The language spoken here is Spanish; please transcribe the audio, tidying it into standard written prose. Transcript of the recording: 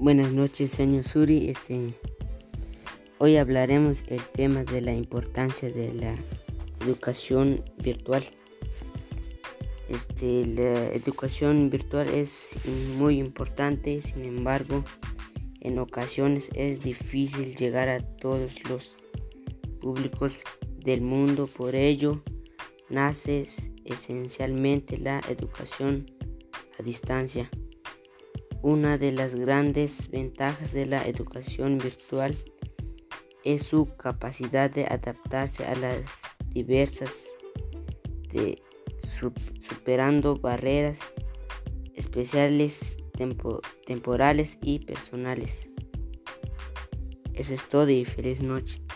Buenas noches, señor Suri. Hoy hablaremos el tema de la importancia de la educación virtual. La educación virtual es muy importante, sin embargo, en ocasiones es difícil llegar a todos los públicos del mundo. Por ello, nace esencialmente la educación a distancia. Una de las grandes ventajas de la educación virtual es su capacidad de adaptarse a las diversas, superando barreras especiales, temporales y personales. Eso es todo y feliz noche.